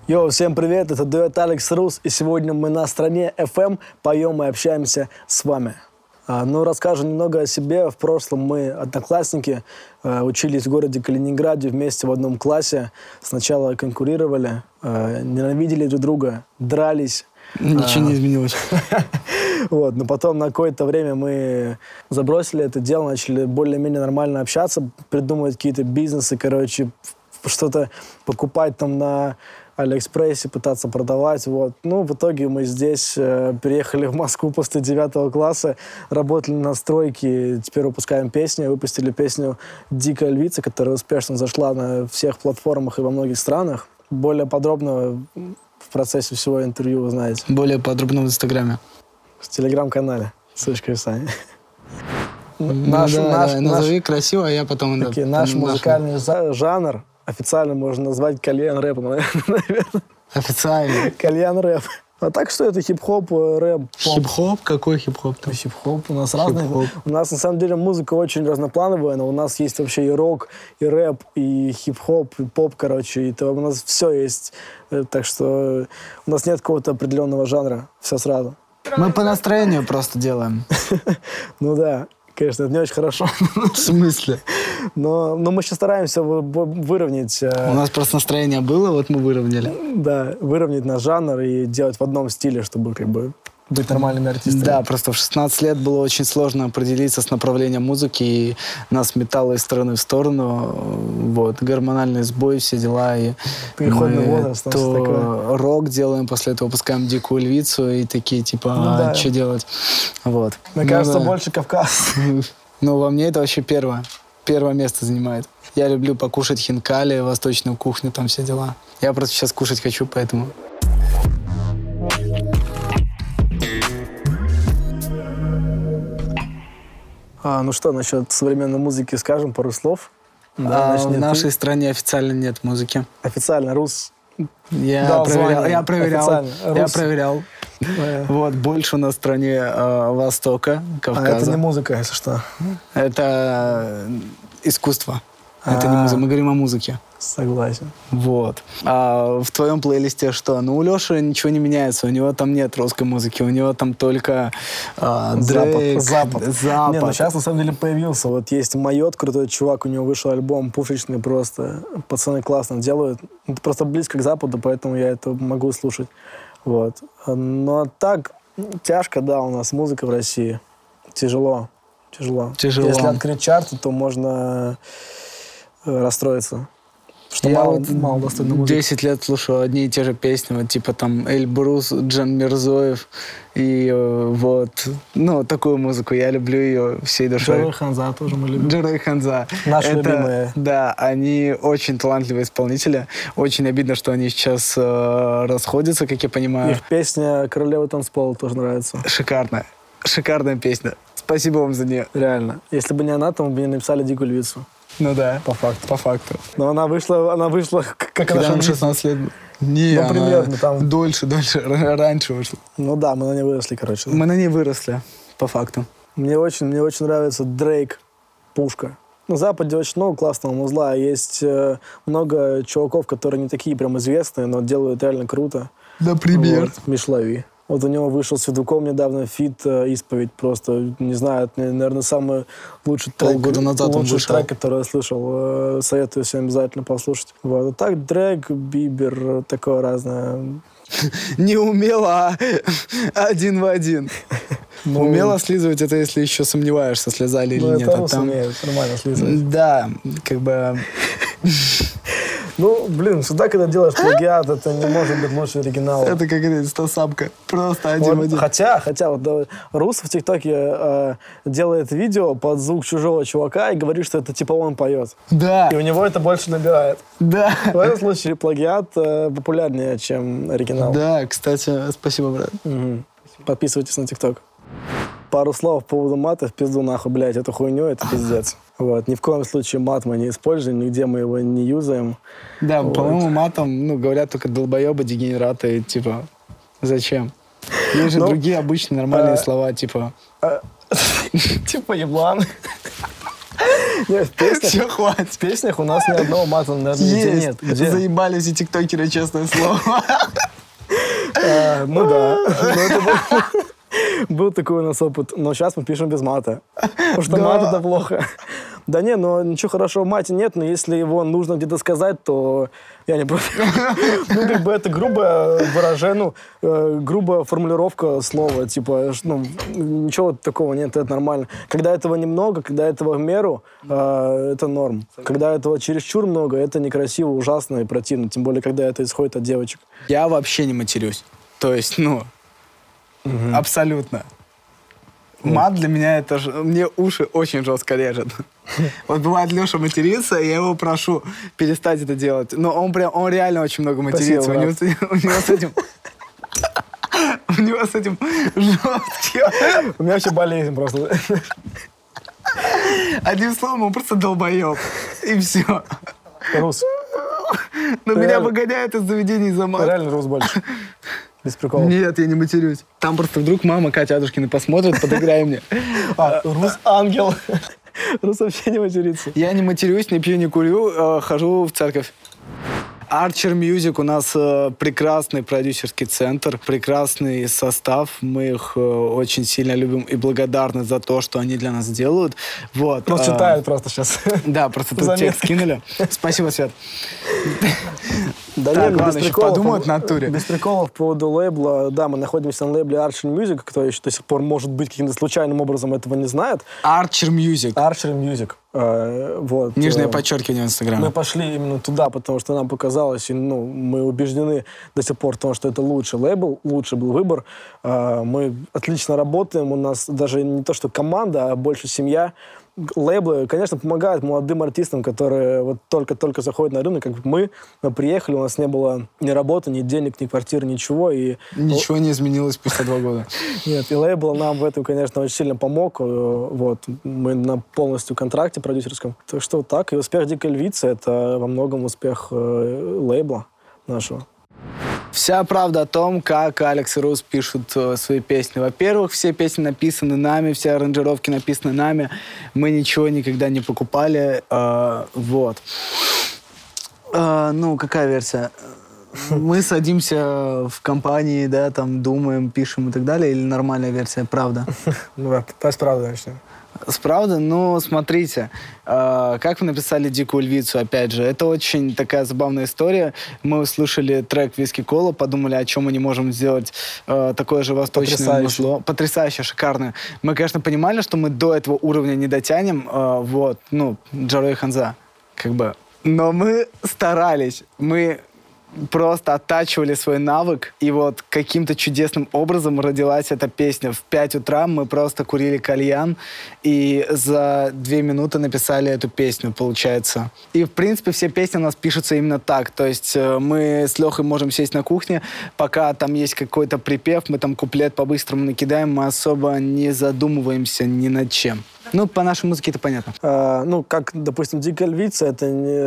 Йоу, всем привет, это дуэт Алекс Рус, и сегодня мы на стране FM поем и общаемся с вами. Расскажу немного о себе. В прошлом мы одноклассники, учились в городе Калининграде вместе в одном классе. Сначала конкурировали, ненавидели друг друга, дрались. Ничего не изменилось. Но потом на какое-то время мы забросили это дело, начали более-менее нормально общаться, придумывать какие-то бизнесы, что-то покупать там на Алиэкспрессе, пытаться продавать. В итоге мы здесь переехали в Москву после 9 класса, работали на стройке, теперь выпускаем песни. Выпустили песню «Дикая львица», которая успешно зашла на всех платформах и во многих странах. Более подробно в процессе всего интервью вы знаете. Более подробно в Инстаграме. В Телеграм-канале. Ссылочка в описании. Назови красиво, а я потом... Наш музыкальный жанр официально можно назвать кальян-рэпом, наверное. Официально? Кальян-рэп. А так что это хип-хоп, рэп, поп. Хип-хоп? Какой хип-хоп? Хип-хоп. У нас разные. У нас, на самом деле, музыка очень разноплановая, но у нас есть вообще и рок, и рэп, и хип-хоп, и поп, и у нас все есть. Так что у нас нет какого-то определенного жанра. Все сразу. Мы по настроению просто делаем. Ну да. Конечно, это не очень хорошо. В смысле? Но мы сейчас стараемся выровнять... У нас просто настроение было, вот мы выровняли. Да, выровнять наш жанр и делать в одном стиле, чтобы быть нормальными артистами. Да, просто в 16 лет было очень сложно определиться с направлением музыки, и нас метало из стороны в сторону. Гормональный сбой, все дела. И переходный возраст. То рок делаем, после этого выпускаем «Дикую львицу», и такие, что делать? Мне кажется, больше Кавказ. Во мне это вообще первое место занимает. Я люблю покушать хинкали, восточную кухню, там все дела. Я просто сейчас кушать хочу, поэтому... Что насчет современной музыки, скажем пару слов? В нашей стране официально нет музыки. Официально Рус. Я проверял. Больше у нас в стране Востока, Кавказа. Это не музыка, если что. Это искусство. Это не музыка. Мы говорим о музыке. Согласен. А в твоем плейлисте что? У Леши ничего не меняется. У него там нет русской музыки. У него там только Дрейк, Запад. Сейчас на самом деле появился. Есть Майот, крутой чувак. У него вышел альбом пушечный просто. Пацаны классно делают. Это просто близко к Западу, поэтому я это могу слушать. Но так тяжко, у нас музыка в России. Тяжело. Если открыть чарты, то можно расстроиться. Что мало достойной музыки. 10 лет слушаю одни и те же песни, Эльбрус, Джан Мирзоев, и такую музыку. Я люблю ее всей душой. Джарой Ханза тоже мы любим. Джарой Ханза. Наши любимые. Да, они очень талантливые исполнители. Очень обидно, что они сейчас расходятся, как я понимаю. Их песня «Королева танцпола» тоже нравится. Шикарная песня. Спасибо вам за нее. Реально. Если бы не она, то мы бы не написали «Дикую львицу». Да. По факту. Но она вышла когда нам 16 лет. Примерно там. Дольше, раньше вышла. Мы на ней выросли, Мы на ней выросли, по факту. Мне очень нравится Дрейк, Пушка. На Западе очень много классного музла. Есть много чуваков, которые не такие прям известные, но делают реально круто. Например? Мишлави. У него вышел с Федуком недавно фит «Исповедь». Просто, не знаю, это, наверное, самый лучший трек. Полгода назад он вышел. Трек, который я слышал. Советую всем обязательно послушать. А так Дрейк, Бибер, такое разное. Не умело, а один в один. Умело слизывать, это если еще сомневаешься, слезали или нет. Это умеет нормально слизывать. Да, всегда, когда делаешь плагиат, это не может быть лучше оригинала. Это как инстасамка. Просто один в один. Хотя Рус в ТикТоке делает видео под звук чужого чувака и говорит, что это он поет. Да. И у него это больше набирает. Да. В этом случае плагиат популярнее, чем оригинал. Да, кстати, спасибо, брат. Угу. Подписывайтесь на ТикТок. Пару слов по поводу мата. В пизду нахуй, блядь, эту хуйню, это пиздец. Ни в коем случае мат мы не используем, нигде мы его не юзаем. Да, по-моему, матом, говорят только долбоебы, дегенераты, зачем? Есть же другие обычные нормальные слова, Типа еблан. Нет, Все, хватит. в песнях у нас ни одного мата, наверное, нигде Есть. нет. Где? Заебались и тиктокеры, честное слово. Ну да. Ну, это был такой у нас опыт. Но сейчас мы пишем без мата. Потому что мат — это плохо. Да не, но ничего хорошего в мате нет, но если его нужно где-то сказать, то я не против. Ну, как бы это грубое выражение, грубая формулировка слова, типа, ну, ничего такого нет, это нормально. Когда этого немного, когда этого в меру, это норм. Когда этого чересчур много, это некрасиво, ужасно и противно, тем более, когда это исходит от девочек. Я вообще не матерюсь. То есть, ну, абсолютно. Мат для меня это же... Мне уши очень жестко режет. Вот бывает, Леша матерится, и я его прошу перестать это делать. Но он реально очень много матерится. Спасибо, У него с этим жестко. У меня вообще болезнь просто. Одним словом, он просто долбоеб. И все. Рус. Но меня выгоняют из заведений за мат. Реально рус больше. Без приколов. Нет, я не матерюсь. Там просто вдруг мама Катя Адушкина посмотрит, подыграй мне. Рус ангел. Рус вообще не матерится. Я не матерюсь, не пью, не курю, хожу в церковь. Archer Music у нас прекрасный продюсерский центр, прекрасный состав. Мы их очень сильно любим и благодарны за то, что они для нас делают. Вот. Нас читают просто сейчас. Да, просто тут текст скинули. Спасибо, Свет. Да так, нет, ладно, без еще приколов. подумают в натуре. Без приколов по поводу лейбла. Да, мы находимся на лейбле Archer Music, кто еще до сих пор, может быть, каким-то случайным образом этого не знает. Archer Music. Archer Music. Вот. Нижнее подчеркивание в Инстаграме. Мы пошли именно туда, потому что нам показалось, и ну, мы убеждены до сих пор в том, что это лучший лейбл, лучший был выбор. Мы отлично работаем, у нас даже не то, что команда, а больше семья. Лейблы, конечно, помогают молодым артистам, которые вот только-только заходят на рынок. Как мы приехали, у нас не было ни работы, ни денег, ни квартиры, ничего. И... Ничего не изменилось спустя 2 года. Нет, и лейбл нам в этом, конечно, очень сильно помог. Вот. Мы на полностью контракте продюсерском. Так что так. И успех «Дикой львицы» — это во многом успех лейбла нашего. Вся правда о том, как Алекс и Рус пишут свои песни. Во-первых, все песни написаны нами, все аранжировки написаны нами. Мы ничего никогда не покупали. Вот. Ну, какая версия? Мы садимся в компании, да, там думаем, пишем и так далее, или нормальная версия, правда? Ну да, то есть правда, конечно. Правда? Ну, смотрите, как мы написали «Дикую львицу», опять же, это очень такая забавная история. Мы услышали трек «Виски Кола», подумали, о чем мы не можем сделать такое же восточное музло. Потрясающе, шикарно. Мы, конечно, понимали, что мы до этого уровня не дотянем, вот, ну, Джаро и Ханза, как бы. Но мы старались, мы просто оттачивали свой навык, и вот каким-то чудесным образом родилась эта песня. В 5 утра мы просто курили кальян, и за 2 минуты написали эту песню, получается. И, в принципе, все песни у нас пишутся именно так. То есть мы с Лехой можем сесть на кухне, пока там есть какой-то припев, мы там куплет по-быстрому накидаем, мы особо не задумываемся ни над чем. Ну, по нашей музыке это понятно. Ну, как, допустим, «Дикая львица» — это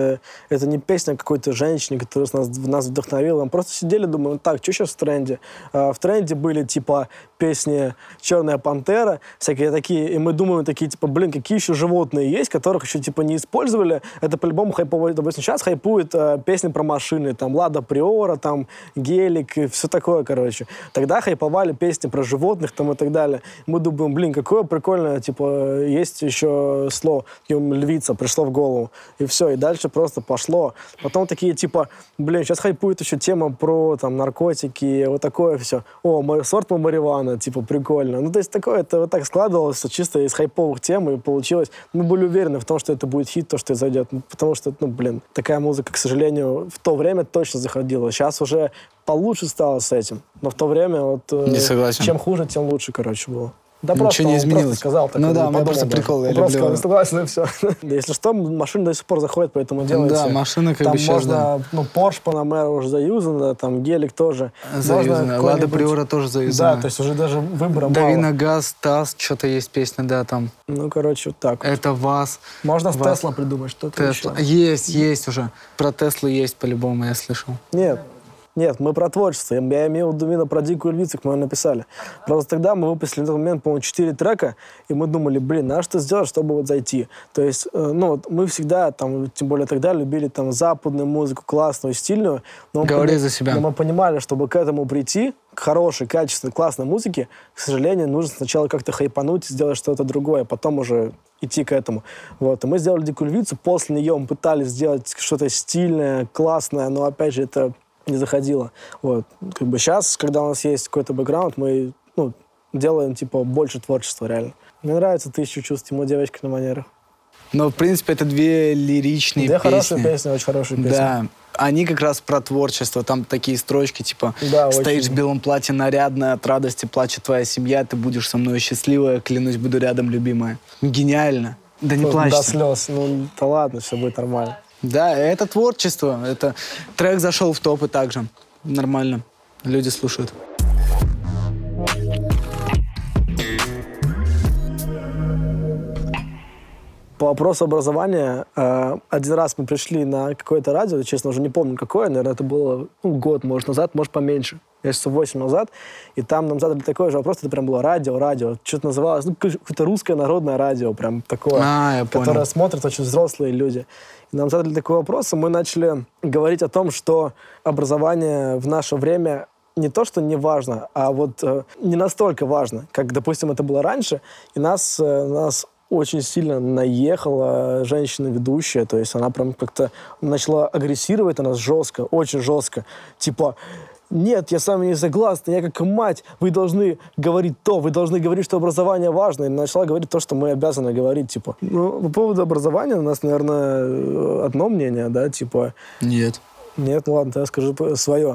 не песня какой-то женщины, которая нас вдохновила. Мы просто сидели, думаем, так, что сейчас в тренде? В тренде были, типа, песни «Черная пантера», всякие такие, и мы думаем такие, типа, блин, какие еще животные есть, которых еще, типа, не использовали. Это по-любому хайпово. Допустим, сейчас хайпуют песни про машины, там, «Лада Приора», там, «Гелик» и все такое, короче. Тогда хайповали песни про животных, там, и так далее. Мы думаем, блин, какое прикольное, типа, есть еще слово, львица, пришло в голову. И все, и дальше просто пошло. Потом такие, типа, блин, сейчас хайпует еще тема про, там, наркотики, вот такое все. О, сорт марихуаны, типа, прикольно. Ну, то есть такое, это вот так складывалось чисто из хайповых тем, и получилось. Мы были уверены в том, что это будет хит, то, что это зайдет. Потому что, ну, блин, такая музыка, к сожалению, в то время точно заходила. Сейчас уже получше стало с этим. Но в то время вот... Не согласен. Чем хуже, тем лучше, короче, было. Да ничего просто, не изменилось. Просто сказал, так, ну да, у меня просто прикол, я просто люблю. Согласен, и все. Если что, машина до сих пор заходит, поэтому делается. Да, машина как там бы сейчас, можно, да. Ну, Porsche Panamera уже заюзана, там Гелик тоже. Заюзана, Лада Приора тоже заюзана. Да, то есть уже даже выбора мало. Давина Газ, ТАСС, что-то есть песня, да, там. Ну, короче, вот так. Это ВАЗ. Можно с Тесла придумать что-то Тесла. еще. Есть уже. Про Теслу есть по-любому, я слышал. Нет. Нет, мы про творчество. Я имел в виду именно про «Дикую львицу», как мы ее написали. Просто тогда мы выпустили на тот момент, по-моему, 4 трека, и мы думали, надо что сделать, чтобы вот зайти. То есть, мы всегда, там, тем более тогда, любили там западную музыку, классную, стильную. Говори за себя. Но мы понимали, чтобы к этому прийти, к хорошей, качественной, классной музыке, к сожалению, нужно сначала как-то хайпануть, сделать что-то другое, потом уже идти к этому. Вот. И мы сделали «Дикую львицу», после нее мы пытались сделать что-то стильное, классное, но, опять же, это не заходило. Вот. Как бы сейчас, когда у нас есть какой-то бэкграунд, мы делаем, типа, больше творчества, реально. Мне нравится «1000 чувств», Тимур «Девочка на манерах». Но, в принципе, это две лиричные песни. Хорошие песни, очень хорошие песни. Да. Они как раз про творчество. Там такие строчки, типа, да, стоишь очень. в белом платье нарядная, от радости плачет твоя семья, ты будешь со мной счастливая, клянусь, буду рядом, любимая. Гениально. Да не плачь. До слез. Да ладно, все будет нормально. Да, это творчество. Это трек зашел в топы также. Нормально. Люди слушают. По вопросу образования, один раз мы пришли на какое-то радио, честно, уже не помню какое, наверное, это было год, может, назад, может, поменьше, месяцев 8 назад, и там нам задали такой же вопрос, это прям было радио, что-то называлось, какое-то русское народное радио, прям такое, которое смотрят очень взрослые люди. И нам задали такой вопрос, и мы начали говорить о том, что образование в наше время не то, что не важно, а вот не настолько важно, как, допустим, это было раньше, и нас очень сильно наехала женщина-ведущая, то есть она прям как-то начала агрессировать на нас жестко, очень жестко. Типа, нет, я с вами не согласна, я как мать, вы должны говорить то, вы должны говорить, что образование важно. И начала говорить то, что мы обязаны говорить, типа. По поводу образования у нас, наверное, одно мнение, да, типа... Нет. Нет, ну ладно, я скажу свое.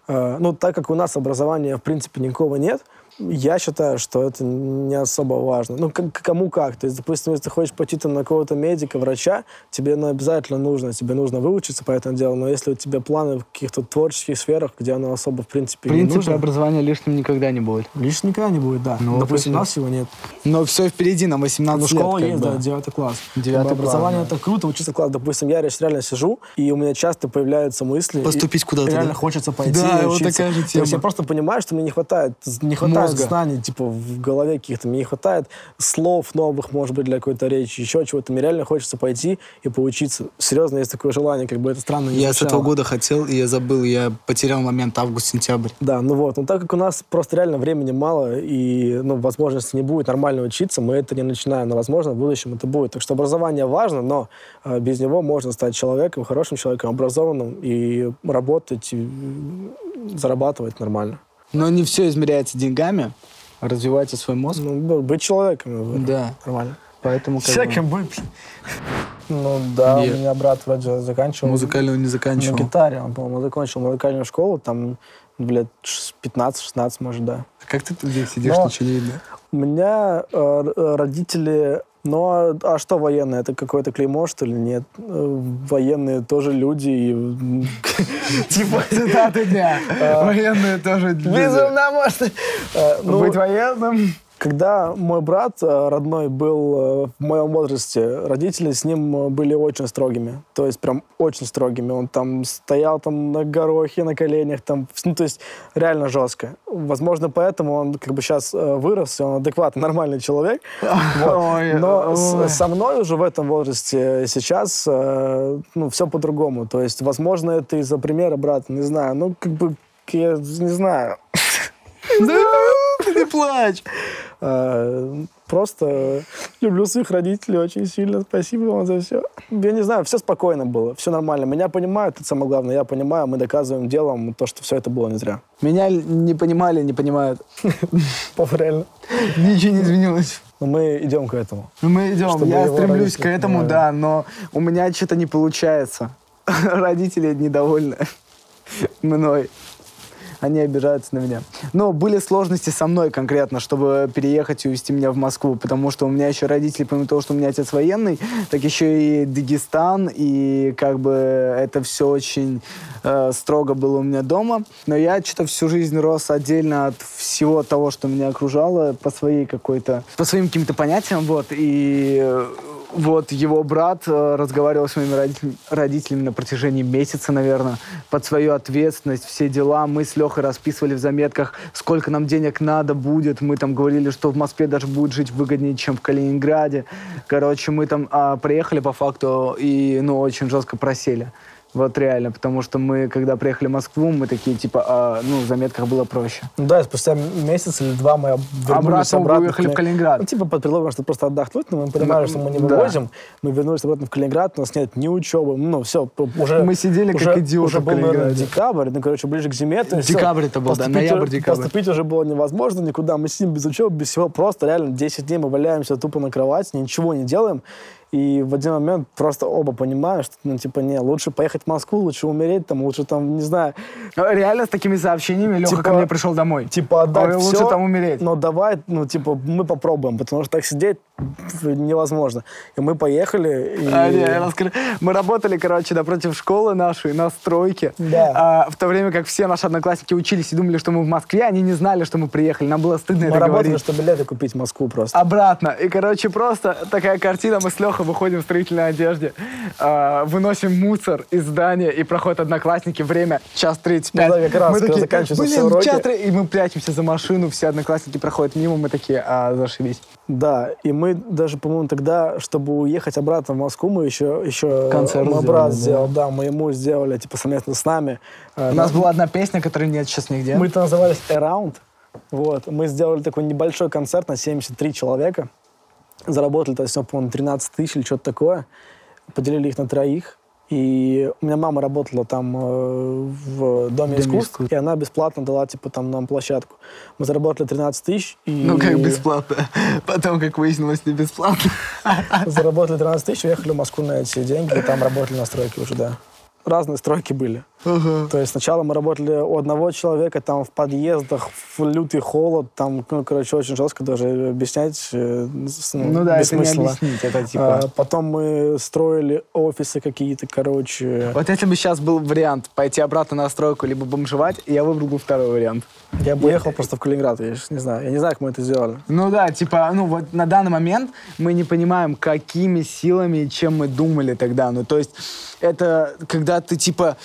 Так как у нас образования, в принципе, никакого нет, я считаю, что это не особо важно. Кому как. То есть, допустим, если ты хочешь пойти там на какого-то медика, врача, тебе обязательно нужно. Тебе нужно выучиться по этому делу. Но если у тебя планы в каких-то творческих сферах, где оно особо, в принципе, не нужно... В принципе, образование лишним никогда не будет. Лишним никогда не будет, да. Допустим, у нас его нет. Но все впереди, нам 18 лет. Школа есть, да, 9 класс. 9 образование это круто, учиться класс. Допустим, я реально сижу, и у меня часто появляются мысли... Поступить куда-то, реально хочется пойти да, и учиться. Вот такая же тема. То есть я просто понимаю, что мне не хватает знаний, типа, в голове каких-то. Мне не хватает слов новых, может быть, для какой-то речи, еще чего-то. Мне реально хочется пойти и поучиться. Серьезно, есть такое желание, как бы это странно не звучало. Я с этого года хотел, и я забыл, я потерял момент август-сентябрь. Да, но так как у нас просто реально времени мало и, возможности не будет нормально учиться, мы это не начинаем. Но, возможно, в будущем это будет. Так что образование важно, но без него можно стать человеком, хорошим человеком, образованным и работать, и зарабатывать нормально. Но не все измеряется деньгами. Развивайте свой мозг. Быть человеком. Да. Нормально. Поэтому человеком быть. У меня брат вроде заканчивал. Музыкальную не заканчивал. На гитаре он, по-моему, закончил музыкальную школу, там, 15-16, может, да. А как ты тут здесь сидишь, ничего не видно? У меня родители... а что военные? Это какое-то клеймо, что ли? Нет. Военные тоже люди. Типа цитаты дня. Военные тоже люди. Безумно можно. Быть военным. Когда мой брат родной был в моем возрасте, родители с ним были очень строгими. То есть прям очень строгими. Он там стоял на горохе, на коленях. То есть реально жестко. Возможно, поэтому он как бы сейчас вырос, он адекватный, нормальный человек. Но со мной уже в этом возрасте сейчас все по-другому. То есть, возможно, это из-за примера брата, не знаю. Я не знаю. Не плачь. Просто люблю своих родителей очень сильно. Спасибо вам за все. Я не знаю, все спокойно было, все нормально. Меня понимают, это самое главное. Я понимаю, мы доказываем делом то, что все это было не зря. Меня не понимали, не понимают. Реально. Ничего не изменилось. Но мы идем к этому. Мы идем. Я стремлюсь к этому, да, но у меня что-то не получается. Родители недовольны мной. Они обижаются на меня. Но были сложности со мной конкретно, чтобы переехать и увезти меня в Москву, потому что у меня еще родители, помимо того, что у меня отец военный, так еще и Дагестан, и как бы это все очень строго было у меня дома. Но я что-то всю жизнь рос отдельно от всего того, что меня окружало, по своим каким-то понятиям, и Вот его брат разговаривал с моими родителями на протяжении месяца, наверное, под свою ответственность, все дела. Мы с Лехой расписывали в заметках, сколько нам денег надо будет. Мы там говорили, что в Москве даже будет жить выгоднее, чем в Калининграде. Короче, мы там приехали по факту и, очень жестко просели. Вот реально, потому что мы, когда приехали в Москву, мы такие, типа, в заметках было проще. Да, спустя месяц или два мы вернулись обратно. Уехали в Калининград. Под предлогом, что просто отдохнуть, но мы понимали, что мы не вывозим. Мы вернулись обратно в Калининград, у нас нет ни учебы, все, уже... Мы сидели как идиоты уже в Калининграде. Был, наверное, декабрь, ближе к зиме. Декабрь это был, да, ноябрь-декабрь. Поступить уже было невозможно никуда, мы сидим без учебы, без всего, просто реально 10 дней мы валяемся тупо на кровати, ничего не делаем. И в один момент просто оба понимаем, что, лучше поехать в Москву, лучше умереть, лучше не знаю. Реально с такими сообщениями Леха ко мне пришел домой. Отдать все, лучше там умереть. Но давай, мы попробуем, потому что так сидеть невозможно. И мы поехали. Я расскажу. Мы работали, напротив школы нашей, на стройке. Да. В то время как все наши одноклассники учились и думали, что мы в Москве, они не знали, что мы приехали. Нам было стыдно это говорить. Мы работали, чтобы билеты купить в Москву просто. Обратно. И, просто такая картина. Мы с Лехой выходим в строительной одежде, выносим мусор из здания, и проходят одноклассники. Время 1:35. Да, как раз, мы такие, заканчиваются все уроки. И мы прячемся за машину, все одноклассники проходят мимо, мы такие, зашибись. Да, и мы даже, по-моему, тогда, чтобы уехать обратно в Москву, мы еще концерт мой брат сделал, да, мы ему сделали, совместно с нами. У нас была одна песня, которой нет сейчас нигде. Мы-то назывались Around. Мы сделали такой небольшой концерт на 73 человека. Заработали, по-моему, 13 тысяч или что-то такое. Поделили их на 3. И у меня мама работала там в Доме искусств, и она бесплатно дала, нам площадку. Мы заработали 13 тысяч. Как бесплатно? Потом, как выяснилось, не бесплатно. Заработали 13 тысяч, уехали в Москву на эти деньги, и там работали на стройке уже, да. Разные стройки были. То есть сначала мы работали у одного человека, там в подъездах, в лютый холод, очень жестко даже объяснять бессмысленно. Это не объяснить, это Потом мы строили офисы какие-то, Вот если бы сейчас был вариант пойти обратно на стройку, либо бомжевать, я выбрал бы второй вариант. Я бы уехал просто в Калининград, я не знаю. Я не знаю, как мы это сделали. Вот на данный момент мы не понимаем, какими силами и чем мы думали тогда. То есть это когда ты,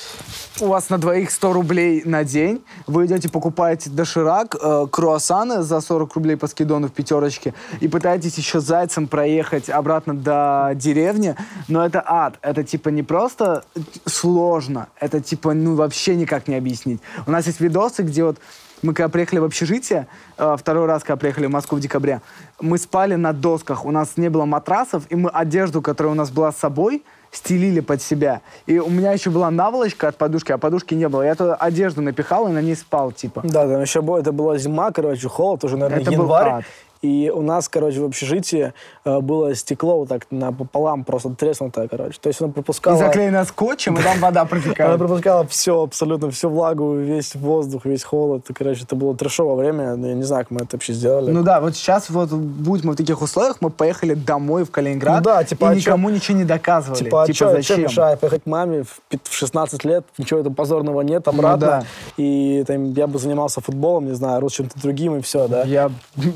у вас на двоих 100 рублей на день, вы идете, покупаете доширак, круассаны за 40 рублей по скидону в пятерочке и пытаетесь еще зайцем проехать обратно до деревни, но это ад. Это, не просто сложно, это, вообще никак не объяснить. У нас есть видосы, где мы когда приехали в общежитие, второй раз, когда приехали в Москву в декабре, мы спали на досках, у нас не было матрасов, и мы одежду, которая у нас была с собой, стелили под себя. И у меня еще была наволочка от подушки, а подушки не было. Я эту одежду напихал и на ней спал, Да, там еще это была зима, холод, уже, наверное, январь. И у нас, в общежитии было стекло напополам просто треснутое, То есть оно пропускало... И заклеено скотчем, и там вода протекала. Она пропускала все, абсолютно всю влагу, весь воздух, весь холод. Это было трешовое время. Я не знаю, как мы это вообще сделали. Вот сейчас, будь мы в таких условиях, мы поехали домой в Калининград и никому ничего не доказывали. Зачем мешает поехать к маме в 16 лет, ничего этого позорного нет, обратно. И я бы занимался футболом, не знаю, рос чем-то другим, и все, да. Я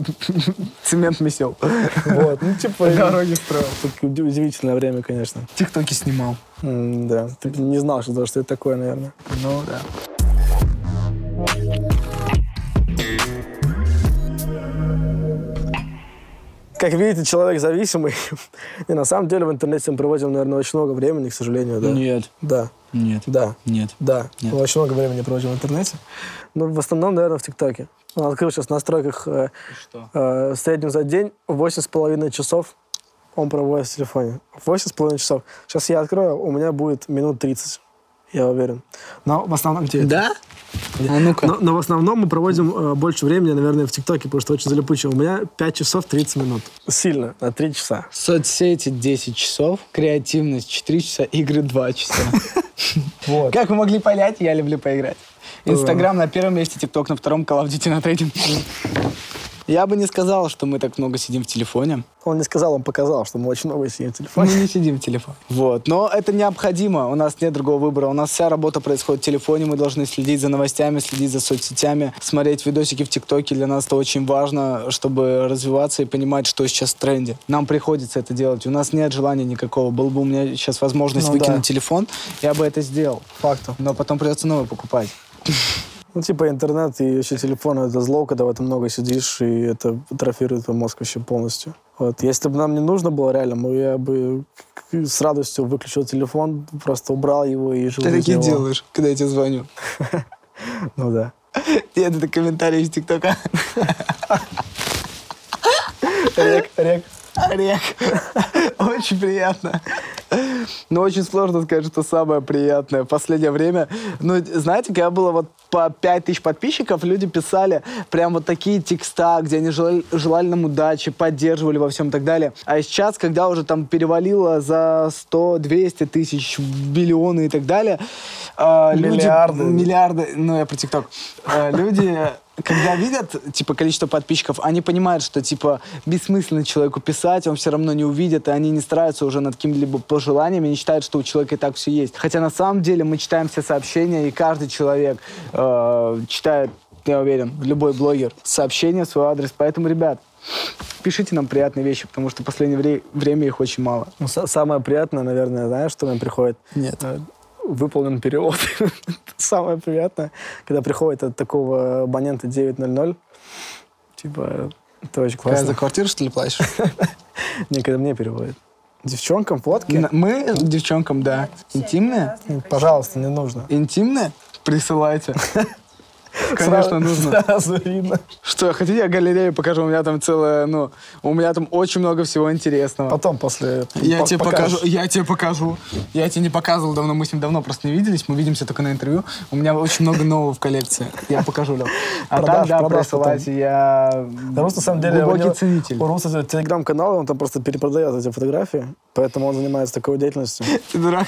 цемент месил. Дороги строил. Удивительное время, конечно. ТикТоки снимал. Да. Ты не знал, что это такое, наверное. Да. Как видите, человек зависимый. И на самом деле в интернете мы проводим, наверное, очень много времени, к сожалению, да? Нет. Да. Нет. Да. Нет. Да. Нет. Мы очень много времени проводим в интернете. Но в основном, наверное, в ТикТоке. Он открыл сейчас в настройках в среднем за день 8,5 часов он проводит в телефоне. 8,5 часов. Сейчас я открою, у меня будет минут 30. Я уверен. Но в основном... Да? А ну-ка. Но в основном мы проводим больше времени, наверное, в ТикТоке, потому что очень залипучее. У меня 5 часов 30 минут. Сильно, на 3 часа. Соцсети 10 часов, креативность 4 часа, игры 2 часа. Как вы могли понять, я люблю поиграть. Инстаграм на первом месте, ТикТок на втором, Call of Duty на третьем. Я бы не сказал, что мы так много сидим в телефоне. Он не сказал, он показал, что мы очень много сидим в телефоне. Мы не сидим в телефоне. Вот. Но это необходимо. У нас нет другого выбора. У нас вся работа происходит в телефоне. Мы должны следить за новостями, следить за соцсетями, смотреть видосики в ТикТоке. Для нас это очень важно, чтобы развиваться и понимать, что сейчас в тренде. Нам приходится это делать. У нас нет желания никакого. Была бы у меня сейчас возможность выкинуть телефон, я бы это сделал. Факту. Но потом придется новый покупать. Ну, типа интернет и еще телефон — это зло, когда в этом много сидишь, и это атрофирует твой мозг вообще полностью. Вот. Если бы нам не нужно было реально, я бы с радостью выключил телефон, просто убрал его и жил. Ты такие делаешь, когда я тебе звоню? Ну да. И это комментарий из ТикТока. Рек. Очень приятно. Но очень сложно сказать, что самое приятное в последнее время. Ну, знаете, когда было вот по 5000 подписчиков, люди писали прям вот такие текста, где они желали нам удачи, поддерживали во всем и так далее. А сейчас, когда уже там перевалило за 100-200 тысяч, миллионы и так далее, миллиарды, ну, я про ТикТок. Люди... Когда видят, типа, количество подписчиков, они понимают, что, типа, бессмысленно человеку писать, он все равно не увидит, и они не стараются уже над какими-либо пожеланиями, они считают, что у человека и так все есть. Хотя на самом деле мы читаем все сообщения, и каждый человек читает, я уверен, любой блогер, сообщения в свой адрес. Поэтому, ребят, пишите нам приятные вещи, потому что в последнее время их очень мало. Ну, самое приятное, наверное, знаешь, что мне приходит? Нет. Выполнен перевод. Самое приятное, когда приходит от такого абонента 900. Типа, это очень классно. Когда за квартиру, что ли, платишь? Не, когда мне переводят. Девчонкам фотки? Мы девчонкам, да. Интимные? Пожалуйста, не нужно. Интимные? Присылайте. Конечно, нужно. Сразу видно. Что, хотите, я галерею покажу? У меня там целая, у меня там очень много всего интересного. Потом, после... Я тебе покажу. Я тебе не показывал давно, мы с ним давно просто не виделись, мы видимся только на интервью. У меня очень много нового в коллекции. Я покажу, Лёв. А там, да, присылайте, я Рус, на самом деле, глубокий ценитель. У Руса телеграм-канал, он там просто перепродает эти фотографии, поэтому он занимается такой деятельностью. Ты дурак.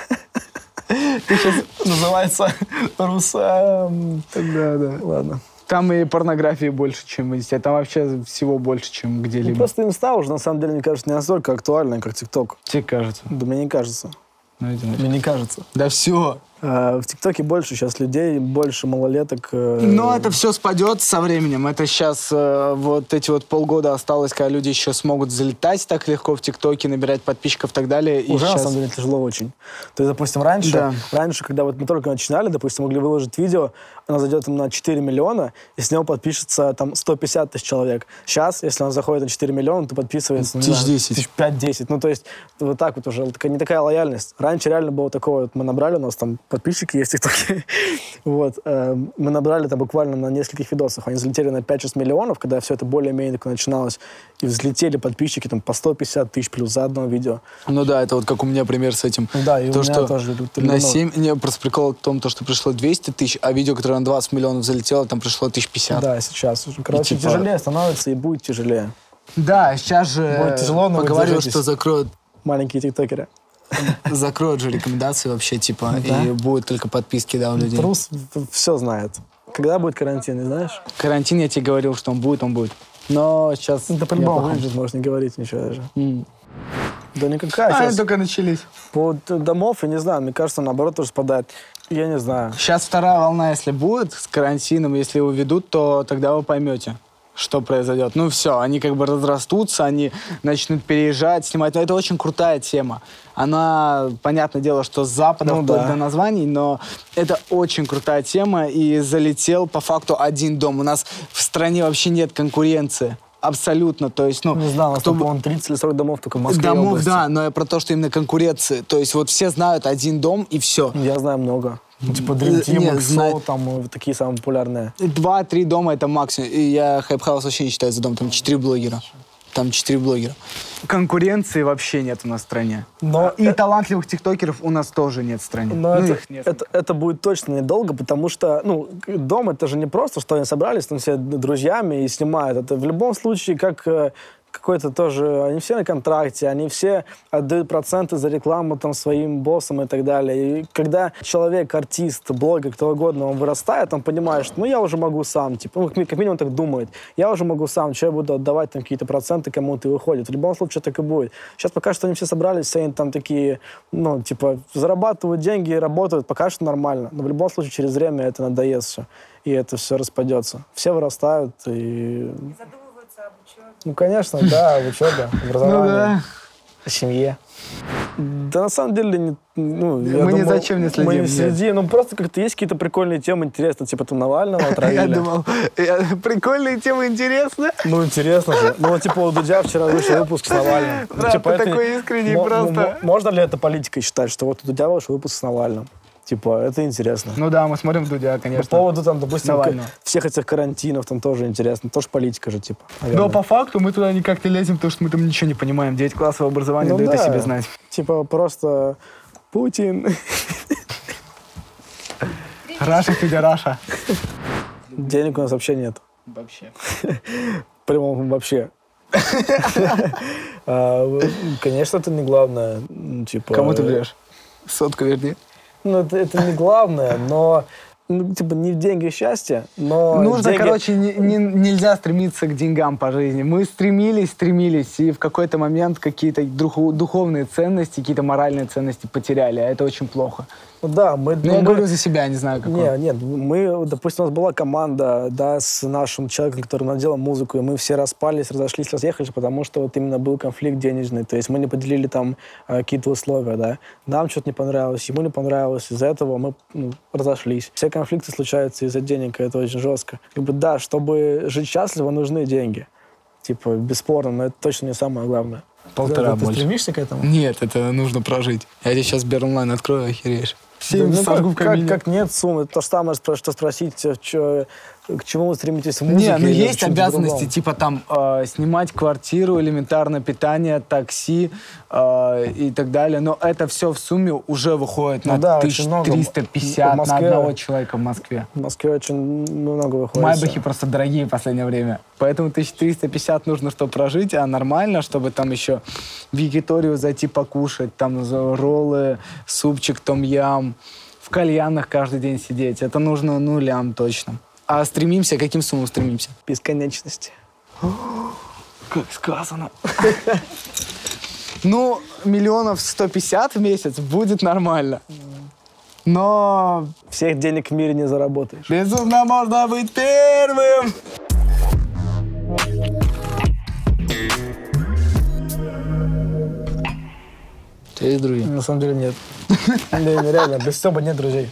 Ты сейчас называется Руса... Да. Ладно. Там и порнографии больше, чем в Инсте. Там вообще всего больше, чем где-либо. Просто Инста уже, на самом деле, мне кажется, не настолько актуальная, как ТикТок. Тебе кажется? Да мне не кажется. Мне не кажется. Да все. В ТикТоке больше сейчас людей, больше малолеток. Но это все спадет со временем. Это сейчас вот эти вот полгода осталось, когда люди еще смогут залетать так легко в ТикТоке, набирать подписчиков и так далее. Уже, сейчас... на самом деле, тяжело очень. То есть, допустим, раньше, когда вот мы только начинали, допустим, могли выложить видео, оно зайдет там на 4 миллиона, и с него подпишется там 150 тысяч человек. Сейчас, если он заходит на 4 миллиона, то подписывается... Тысяч 10. Тысяч 5-10. Ну, то есть, вот так вот уже. Не такая лояльность. Раньше реально было такое, вот мы набрали, у нас там подписчики есть в ТикТоке. Вот. Мы набрали там буквально на нескольких видосах. Они залетели на 5-6 миллионов, когда все это более-менее такое начиналось. И взлетели подписчики там по 150 тысяч плюс за одно видео. Ну да, это вот как у меня пример с этим. Да, и то, у меня что тоже. На 7... Не, просто прикол в том, что пришло 200 тысяч, а видео, которое на 20 миллионов залетело, там пришло 1050. Да, сейчас уже. Короче, и тяжелее становится и будет тяжелее. Да, сейчас же будет тяжело, но поговорил, что закроют... Маленькие тиктокеры. Закроют же рекомендации вообще, типа, да? И будут только подписки, да, у людей. Трус все знает. Когда будет карантин, не знаешь? Карантин, я тебе говорил, что он будет, Но сейчас... Да по-любому выйдет, можно не говорить ничего даже. Да никакая. Они только начались. По домов, я не знаю, мне кажется, наоборот, тоже спадает. Я не знаю. Сейчас вторая волна, если будет, с карантином, если его ведут, то тогда вы поймете, что произойдет. Ну все, они как бы разрастутся, они начнут переезжать, снимать. Но это очень крутая тема. Она, понятное дело, что с Запада вплоть до названий, но это очень крутая тема. И залетел по факту один дом. У нас в стране вообще нет конкуренции. Абсолютно, то есть, не знаю, у нас по-моему 30 или 40 домов только в Москве. Домов, да, но я про то, что именно конкуренции. То есть вот все знают один дом и все. Я знаю много. Типа Dream Team, XO, там такие самые популярные. 2-3 дома это максимум. И я Hype House вообще не считаю за дом, там 4 блогера. Конкуренции вообще нет у нас в стране. И талантливых тиктокеров у нас тоже нет в стране. Но это будет точно недолго, потому что, дом это же не просто, что они собрались там все друзьями и снимают. Это в любом случае как какой-то тоже... Они все на контракте, они все отдают проценты за рекламу там своим боссам и так далее. И когда человек, артист, блогер, кто угодно, он вырастает, он понимает, что я уже могу сам, типа, как минимум так думает. Я уже могу сам, что я буду отдавать там какие-то проценты кому-то и выходит. В любом случае так и будет. Сейчас пока что они все собрались, все они там такие, типа, зарабатывают деньги, работают, пока что нормально. Но в любом случае через время это надоест все. И это все распадется. Все вырастают и... Задумываются об учебе. Ну, конечно, да, об учебе, образовании, о семье. Да, на самом деле, мы ни за чем не следим. Мы не следим, просто как-то есть какие-то прикольные темы, интересно, типа там Навального отравили. Я думал, прикольные темы интересны. Ну, интересно же. Типа у Дудя вчера вышел выпуск с Навальным. Брат, Типа, ты такой искренний просто. Можно ли это политикой считать, что вот у Дудя вышел выпуск с Навальным? Типа, это интересно. Ну да, мы смотрим Дудя, конечно. По поводу, там, допустим, Навального. всех этих карантинов, там тоже интересно. Тоже политика же, типа. Но по факту мы туда никак не лезем, потому что мы там ничего не понимаем. 9 классов образования дают о себе знать. Типа, просто Путин. Раша, Федя, Раша. Денег у нас вообще нет. Вообще. Прямо вообще. Конечно, это не главное. Типа... Кому ты врешь? Сотку верни. Это не главное, но не в деньги счастье, но нужно, деньги... нельзя стремиться к деньгам по жизни. Мы стремились, и в какой-то момент какие-то духовные ценности, какие-то моральные ценности потеряли, а это очень плохо. Да, я говорю за себя, не знаю, как Нет, мы, допустим, у нас была команда, да, с нашим человеком, который наделал музыку, и мы все распались, разошлись, разъехались, потому что вот именно был конфликт денежный, то есть мы не поделили там какие-то условия, да. Нам что-то не понравилось, ему не понравилось, из-за этого мы разошлись. Все конфликты случаются из-за денег, и это очень жестко. Да, чтобы жить счастливо, нужны деньги. Типа, бесспорно, но это точно не самое главное. Полтора больше. Ты стремишься к этому? Нет, это нужно прожить. Я тебе сейчас Сберонлайн открою, охереешь. Как нет суммы? Это то же самое, что спросить, к чему вы стремитесь в музыке. Не, есть обязанности, типа там снимать квартиру, элементарное питание, такси и так далее. Но это все в сумме уже выходит на 1350 на одного человека в Москве. В Москве очень много выходит. Майбахи просто дорогие в последнее время. Поэтому 1350 нужно, чтобы прожить, а нормально, чтобы там еще в Якиторию зайти покушать, там роллы, супчик том-ям, в кальянах каждый день сидеть. Это нужно нулям точно. А стремимся, к каким суммам стремимся? Бесконечности. Как сказано. 150 000 в месяц будет нормально. Но... Всех денег в мире не заработаешь. Безумно можно быть первым! У тебя есть друзья? На самом деле нет. Реально, без Стёба нет друзей.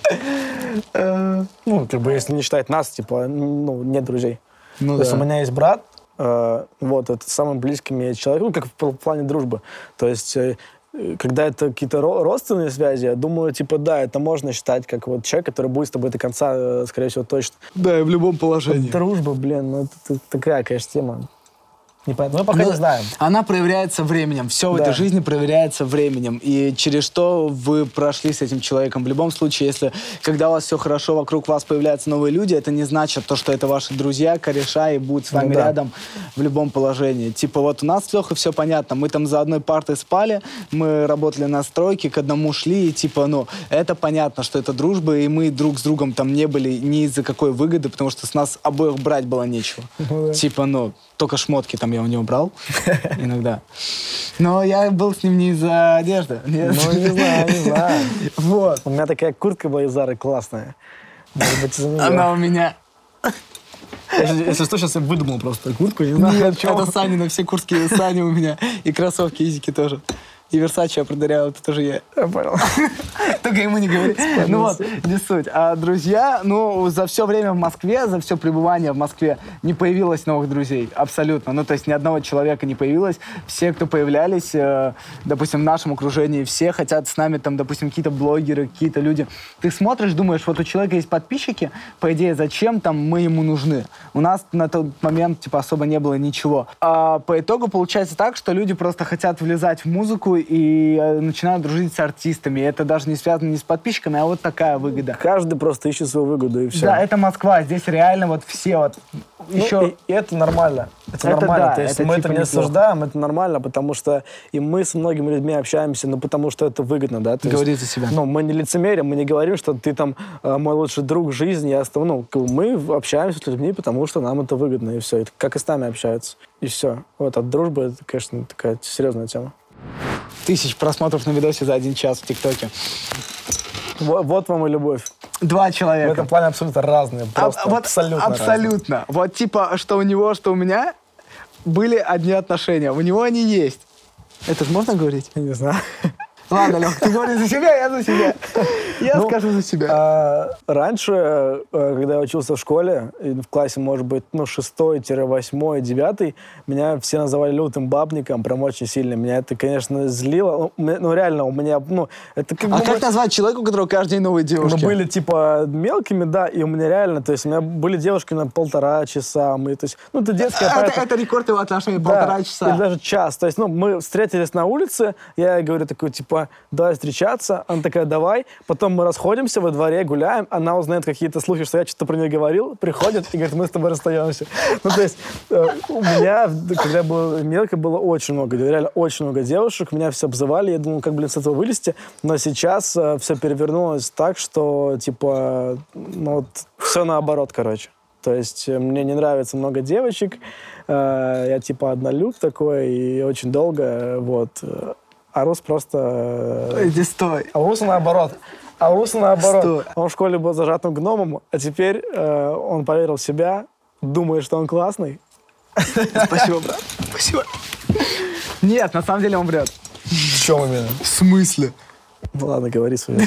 Если не считать нас, типа, нет друзей. То есть у меня есть брат, это самый близкий мне человек, как в плане дружбы. То есть, когда это какие-то родственные связи, я думаю, типа, да, это можно считать как вот человек, который будет с тобой до конца, скорее всего, точно. Да, и в любом положении. Дружба, это такая, конечно, тема. Мы пока не знаем. Она проявляется временем. Все в этой жизни проверяется временем. И через что вы прошли с этим человеком. В любом случае, когда у вас все хорошо, вокруг вас появляются новые люди, это не значит то, что это ваши друзья, кореша и будут с вами рядом в любом положении. Типа вот у нас с Лехой все понятно. Мы там за одной партой спали, мы работали на стройке, к одному шли, и типа, это понятно, что это дружба, и мы друг с другом там не были ни из-за какой выгоды, потому что с нас обоих брать было нечего. Типа, только шмотки там я у него брал иногда. Но я был с ним не из-за одежды. Не знаю. Вот. У меня такая куртка была из Зары классная. Может быть, из-за нее. Она у меня... Если что, сейчас я выдумал просто куртку. Не знаю, нет, это Санина, все куртки Сани у меня. И кроссовки Изики тоже. И Версачи я продырял, это тоже я. Я понял. Только ему не говори. Не суть. А друзья, за все время в Москве, за все пребывание в Москве не появилось новых друзей. Абсолютно. То есть ни одного человека не появилось. Все, кто появлялись, допустим, в нашем окружении, все хотят с нами, там, допустим, какие-то блогеры, какие-то люди. Ты смотришь, думаешь, вот у человека есть подписчики, по идее, зачем там мы ему нужны? У нас на тот момент, особо не было ничего. А по итогу получается так, что люди просто хотят влезать в музыку и начинаю дружить с артистами. Это даже не связано не с подписчиками, а вот такая выгода. Каждый просто ищет свою выгоду, и все. Да, это Москва. Здесь реально вот все вот... Еще... И это нормально. Это нормально. Да, то есть это мы типа это не неплохо. осуждаем, это нормально, потому что и мы с многими людьми общаемся, ну, потому что это выгодно, да. То Говори есть, за себя. Ну, мы не лицемерим, мы не говорим, что ты там мой лучший друг жизни, мы общаемся с людьми, потому что нам это выгодно, и все. Как и с нами общаются. И все. Вот от дружбы это, конечно, такая серьезная тема. 1000 просмотров на видосе за 1 час в ТикТоке. Вот вам и любовь. 2 человека. В этом плане абсолютно разные. Просто вот абсолютно разные. абсолютно. Вот типа, что у него, что у меня были одни отношения. У него они есть. Это же можно говорить? Я не знаю. Ладно, Лёх, ты говори за себя, я за себя. Я скажу за себя. Раньше, когда я учился в школе, в классе, может быть, 6-8, 9, меня все называли лютым бабником, прям очень сильно. Меня это, конечно, злило. Ну, реально, у меня, это как бы... Как назвать человека, у которого каждый день новые девушки? Мы были, типа, мелкими, да, и у меня реально, то есть у меня были девушки на 1,5 часа. То есть, это детская... Это рекорд его отношений, 1,5 часа. Или даже час. То есть, мы встретились на улице, я ей говорю такой, типа, давай встречаться. Она такая, давай. Потом мы расходимся во дворе, гуляем. Она узнает какие-то слухи, что я что-то про нее говорил. Приходит и говорит, мы с тобой расстаемся. То есть у меня, когда я был мелкий, было очень много, реально очень много девушек. Меня все обзывали. Я думал, как, с этого вылезти. Но сейчас все перевернулось так, что, типа, все наоборот, короче. То есть мне не нравится много девочек. Я, типа, однолюб такой. И очень долго, А Рус просто... Иди стой. А у Руса наоборот. Стой. Он в школе был зажатым гномом, а теперь он поверил в себя, думает, что он классный. Спасибо, брат. Спасибо. Нет, на самом деле он врет. В чем именно? В смысле? Ну ладно, говори свою.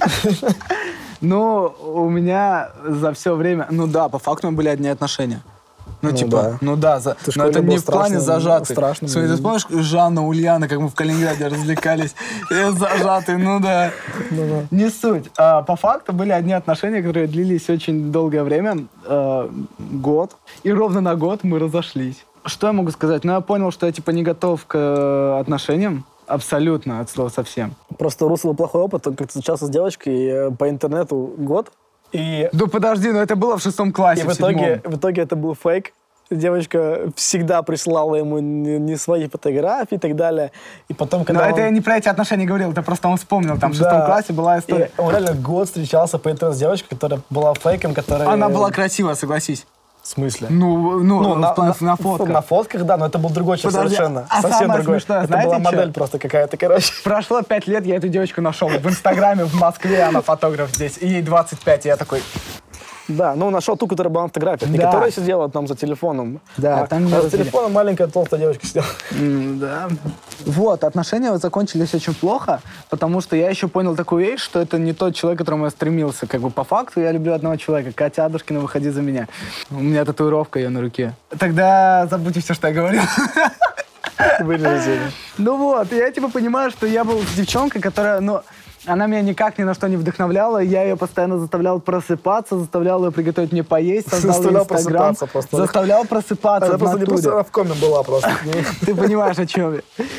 У меня за все время... по факту были одни отношения. Но это не в плане зажатый. Страшно. Смотри, ты помнишь Жанна, Ульяна, как мы в Калининграде развлекались? Зажатый, Не суть. По факту были одни отношения, которые длились очень долгое время, год. И ровно на год мы разошлись. Что я могу сказать? Я понял, что я типа не готов к отношениям. Абсолютно, от слова совсем. Просто у Руса был плохой опыт. Он как-то встречался с девочкой по интернету год. Да подожди, это было в 6 классе, и в итоге это был фейк. Девочка всегда присылала ему не свои фотографии и так далее. И потом, когда это я не про эти отношения говорил, это просто он вспомнил. Там в 6 классе была история. И он реально год встречался по интернету с девочкой, которая была фейком, которая... Она была красивая, согласись. В смысле? На фотках. На фотках, да, но это был другой человек совершенно. Совсем другой. Смешное, это была модель просто какая-то, короче. Прошло 5 лет, я эту девочку нашел в Инстаграме в Москве, она фотограф здесь, и ей 25, и я такой... Да, нашел ту, которая была на фотографии, не которая сидела там за телефоном. Да, там за телефоном маленькая толстая девочка сидела. Да. Отношения закончились очень плохо, потому что я еще понял такую вещь, что это не тот человек, к которому я стремился. По факту я люблю одного человека. Катя Адушкина, выходи за меня. У меня татуировка ее на руке. Тогда забудьте все, что я говорил. Вырежите. Я понимаю, что я был с девчонкой, которая, она меня никак ни на что не вдохновляла, я ее постоянно заставлял просыпаться, заставлял ее приготовить мне поесть, создал Инстаграм, заставлял просыпаться в натуре. Просто она в коме была просто. Ты понимаешь, о чем я.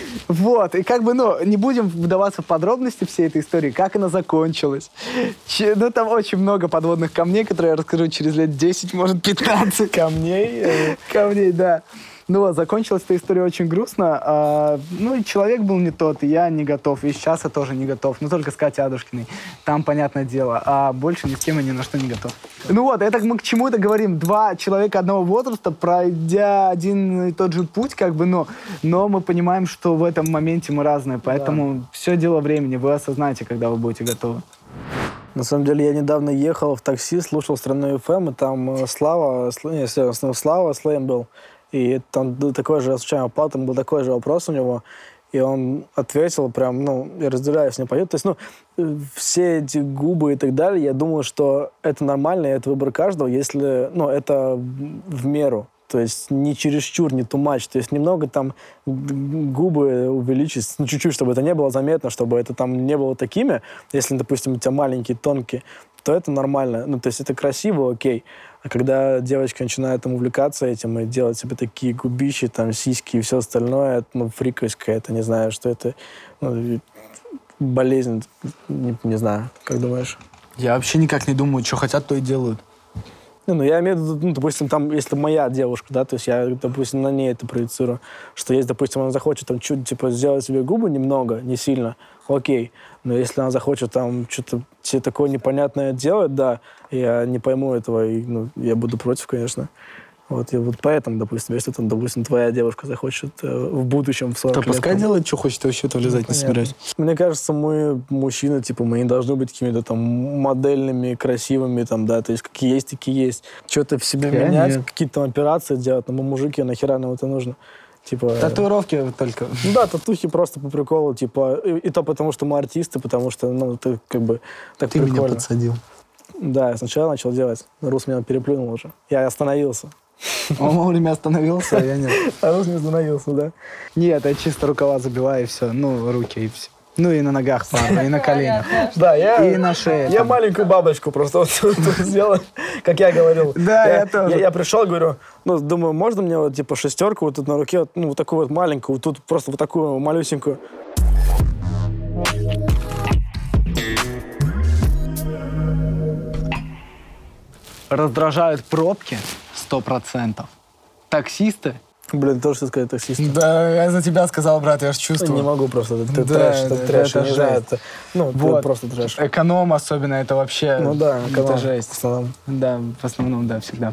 И не будем вдаваться в подробности всей этой истории, как она закончилась. Там очень много подводных камней, которые я расскажу через лет 10, может, 15. Камней? Камней, да. Закончилась эта история очень грустно. И человек был не тот, и я не готов, и сейчас я тоже не готов. Только с Катей Адушкиной. Там, понятное дело. А больше ни с кем я ни на что не готов. Это мы к чему это говорим? 2 человека одного возраста, пройдя один и тот же путь, но мы понимаем, что в этом моменте мы разные. Поэтому все дело времени. Вы осознаете, когда вы будете готовы. На самом деле, я недавно ехал в такси, слушал «Страну ФМ», и там Слава Слэм был. И там был такой же, я случайно попал, там был такой же вопрос у него, и он ответил прям, я разделяю с ним поет. То есть, все эти губы и так далее, я думаю, что это нормально, и это выбор каждого, если, это в меру. То есть не чересчур, не too much. То есть немного там губы увеличить, чуть-чуть, чтобы это не было заметно, чтобы это там не было такими. Если, допустим, у тебя маленькие, тонкие, то это нормально. То есть это красиво, окей. А когда девочка начинает там увлекаться этим и делать себе такие губищи, там, сиськи и все остальное, это, ну, фриковость какая-то, не знаю, что это, ну, болезнь, не знаю, как думаешь? Я вообще никак не думаю, что хотят, то и делают. Ну, я имею в виду, ну, допустим, там, если моя девушка, да, то есть я, допустим, на ней это проецирую, что если, допустим, она захочет там чуть, типа, сделать себе губы немного, не сильно, окей, но если она захочет там что-то себе такое непонятное делать, да, я не пойму этого, и, ну, я буду против, конечно. Вот, и вот поэтому, допустим, если там, допустим, твоя девушка захочет в будущем в 40 Да лет... пускай делает, что хочет, я вообще-то влезать не собираюсь. Мне кажется, мы, мужчины, типа, мы не должны быть какими-то там модельными, красивыми, там, да, то есть какие есть, такие есть. Что-то в себе менять, какие-то там операции делать, но мы мужики, нахера нам это нужно? Типа... Татуировки только. Ну да, татухи просто по приколу, типа, и то потому, что мы артисты, потому что, ну, это как бы так Ты прикольно. меня подсадил. Да, я сначала начал делать, Рус меня переплюнул уже. Я остановился. Он вовремя остановился, а я нет. А Рус не остановился, да. Нет, я чисто рукава забиваю и все. Ну, руки и все. Ну и на ногах пару, и на коленях. Да, И на шее. Я маленькую бабочку просто вот сделал, как я говорил. Да, я тоже. Я пришел, говорю, ну, думаю, можно мне вот, типа, шестерку вот тут на руке, ну, вот такую вот маленькую, вот тут просто вот такую малюсенькую. Раздражают пробки 100%. Таксисты. Блин, тоже что сказать таксист. Да, я за тебя сказал, брат, я ж Не чувствую. могу просто, это Да, трэш, это трэш, это я не знаю, жесть. это, ну, Вот. это просто трэш. Эконом особенно, это вообще... Ну да, это канал, в жесть. основном. Да, в основном, да, всегда.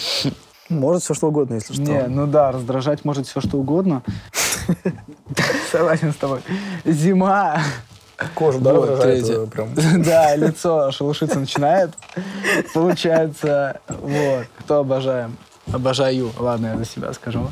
Может все что угодно, если что. Не, ну да, раздражать может все что угодно. Согласен с тобой. Зима. Кожу, да, Вот, раздражает третье. прям. Да, лицо шелушиться начинает. Получается, вот. Кто обожаем? Обожаю. Ладно, я за себя скажу.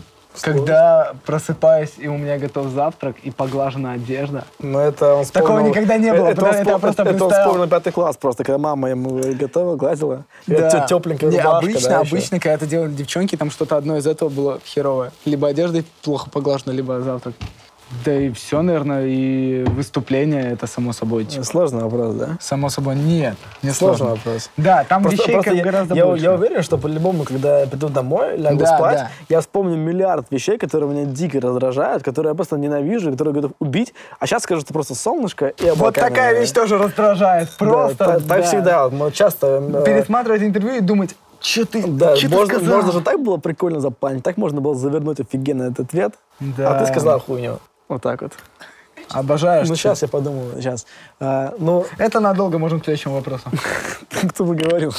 Когда просыпаюсь, и у меня готов завтрак, и поглажена одежда. Но это он Такого вспомнил- никогда не было, Это потому он что я вспом- просто это он представил. вспомнил 5 класс просто, когда мама ему готова, гладила. Да. Тепленькая Не, рубашка, обычно, да, еще. обычно, когда это делали девчонки, там что-то одно из этого было херовое. Либо одежда плохо поглажена, либо завтрак. Да и все, наверное, и выступление, это само собой. Типа. Сложный вопрос, да? Само собой, нет, не Сложный сложно. вопрос. Да, там Просто- вещей просто как я, гораздо я, больше. я уверен, что по-любому, когда я приду домой, лягу Да, спать, да. я вспомню миллиард вещей, которые меня дико раздражают, которые я просто ненавижу, которые готов убить. А сейчас скажу, что просто солнышко и облака. Вот такая меня. вещь тоже раздражает. Да, Просто. так да. всегда. Вот мы часто... Пересматривать интервью и думать, что ты, Да, чё ты можно, сказал? можно же так было прикольно запанить, так можно было завернуть офигенно этот ответ, Да. а ты сказал хуйню. Вот так вот. Обожаешь. Ну, чё? сейчас я подумаю, сейчас. Ну, Это надолго, можем к следующему вопросу. кто бы говорил.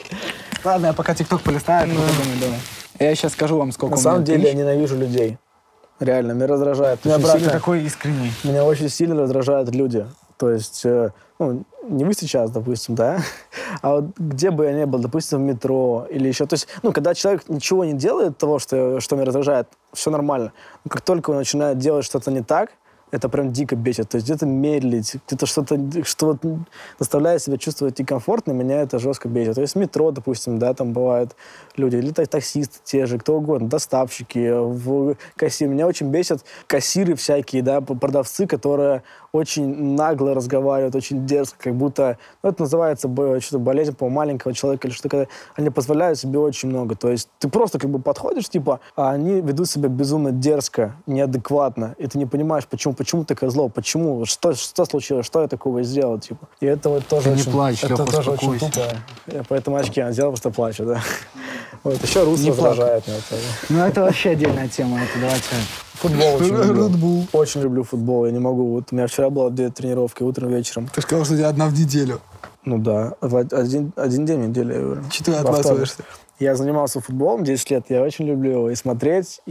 Ладно, я пока ТикТок полистаю, ты подумай, давай. Я сейчас скажу вам, сколько На у меня самом деле я тысяч. ненавижу людей. Реально, меня раздражает. У меня очень брат сильно. такой искренний. Меня очень сильно раздражают люди. То есть, ну, не вы сейчас, допустим, да, а вот где бы я ни был, допустим, в метро или еще. То есть, ну, когда человек ничего не делает того, что меня раздражает, все нормально. Но как только он начинает делать что-то не так, это прям дико бесит. То есть где-то медлить, где-то что-то, что вот заставляет себя чувствовать некомфортно, меня это жестко бесит. То есть в метро, допустим, да, там бывают люди, или таксисты те же, кто угодно, доставщики, в кассе. Меня очень бесят кассиры всякие, да, продавцы, которые очень нагло разговаривают, очень дерзко, как будто, ну, это называется что-то болезнь, по маленького человека или что-то, когда они позволяют себе очень много. То есть ты просто как бы подходишь, типа, а они ведут себя безумно дерзко, неадекватно, и ты не понимаешь, почему такое зло, почему, что случилось, что я такого сделал, типа. И это вот тоже Ты не очень, плачь, это Лёха, тоже очень успокойся. тупо. Я поэтому очки надел, просто плачу, да. Вот, еще Рус Не раздражает меня тоже. Ну, это вообще отдельная тема. Это давайте... Футбол очень люблю. Red Bull. Очень люблю футбол, я не могу. Вот у меня вчера было 2 тренировки, утром, вечером. Ты же сказал, что у тебя одна в неделю. Ну да, один день в неделю, я говорю. Че ты Во вторник. отмазываешься? Я занимался футболом 10 лет, я очень люблю его и смотреть,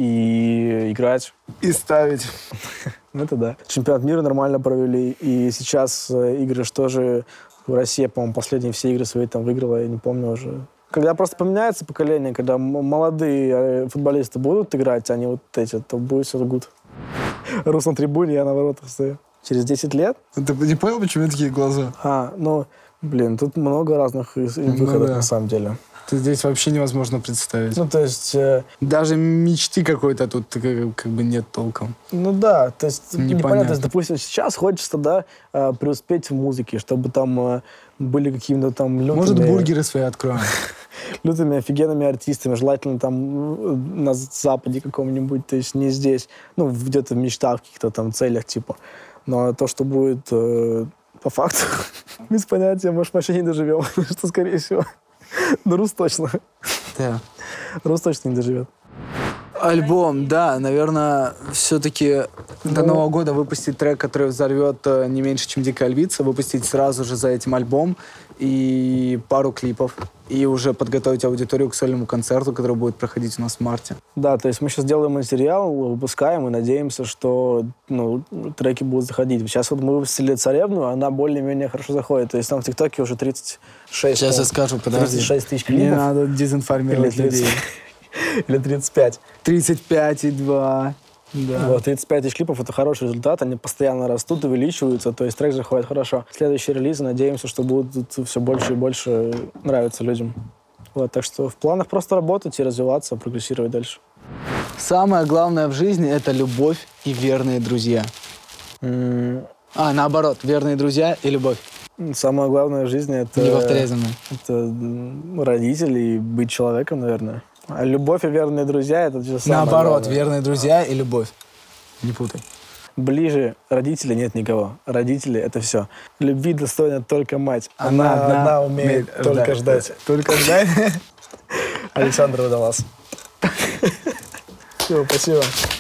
и играть. И ставить. Ну это да. Чемпионат мира нормально провели, и сейчас игры что же в России, по-моему, последние все игры свои там выиграла, я не помню уже. Когда просто поменяется поколение, когда молодые футболисты будут играть, они вот эти, то будет все good. Рус на трибуне, я на воротах стою. Через 10 лет? Ты не понял, почему у меня такие глаза? Ну, блин, тут много разных выходов да. на самом деле. Ты здесь вообще невозможно представить. Ну, то есть... Даже мечты какой-то тут как бы нет толком. Ну да, то есть Непонятно. непонятно. То есть, допустим, сейчас хочется, да, преуспеть в музыке, чтобы там были какими-то там лютыми... Может, бургеры свои откроем? лютыми офигенными артистами, желательно там на Западе каком-нибудь, то есть не здесь, ну, где-то в мечтах, в каких-то там целях, типа. Но то, что будет по факту, без понятия, может, вообще не доживем, что, скорее всего. Но Рус точно. Да. Рус точно не доживет. Альбом, да, наверное, все-таки до Нового года выпустить трек, который взорвет не меньше, чем «Дикая львица», выпустить сразу же за этим альбом и пару клипов, и уже подготовить аудиторию к сольному концерту, который будет проходить у нас в марте. Да, то есть мы сейчас делаем материал, выпускаем и надеемся, что треки будут заходить. Сейчас вот мы выпустили «Царевну», она более-менее хорошо заходит. То есть там в ТикТоке уже 36... Сейчас я скажу, подожди. 36 тысяч клипов. Не надо дезинформировать людей. Или 35. 35,2. Да. Вот, 35 тысяч клипов — это хороший результат, они постоянно растут, увеличиваются, то есть трек заходит хорошо. Следующие релизы, надеемся, что будут все больше и больше нравиться людям. Вот, так что в планах просто работать и развиваться, прогрессировать дальше. Самое главное в жизни — это любовь и верные друзья. Наоборот, верные друзья и любовь. Самое главное в жизни — это... Не повторяй за мной. Это родители и быть человеком, наверное. А любовь и верные друзья — это все самое Наоборот, главное. верные друзья и любовь. Не путай. Ближе родителей нет никого. Родители — это все. Любви достойна только мать. Она одна умеет только ждать. Только ждать? Александр Водолаз. Все, спасибо.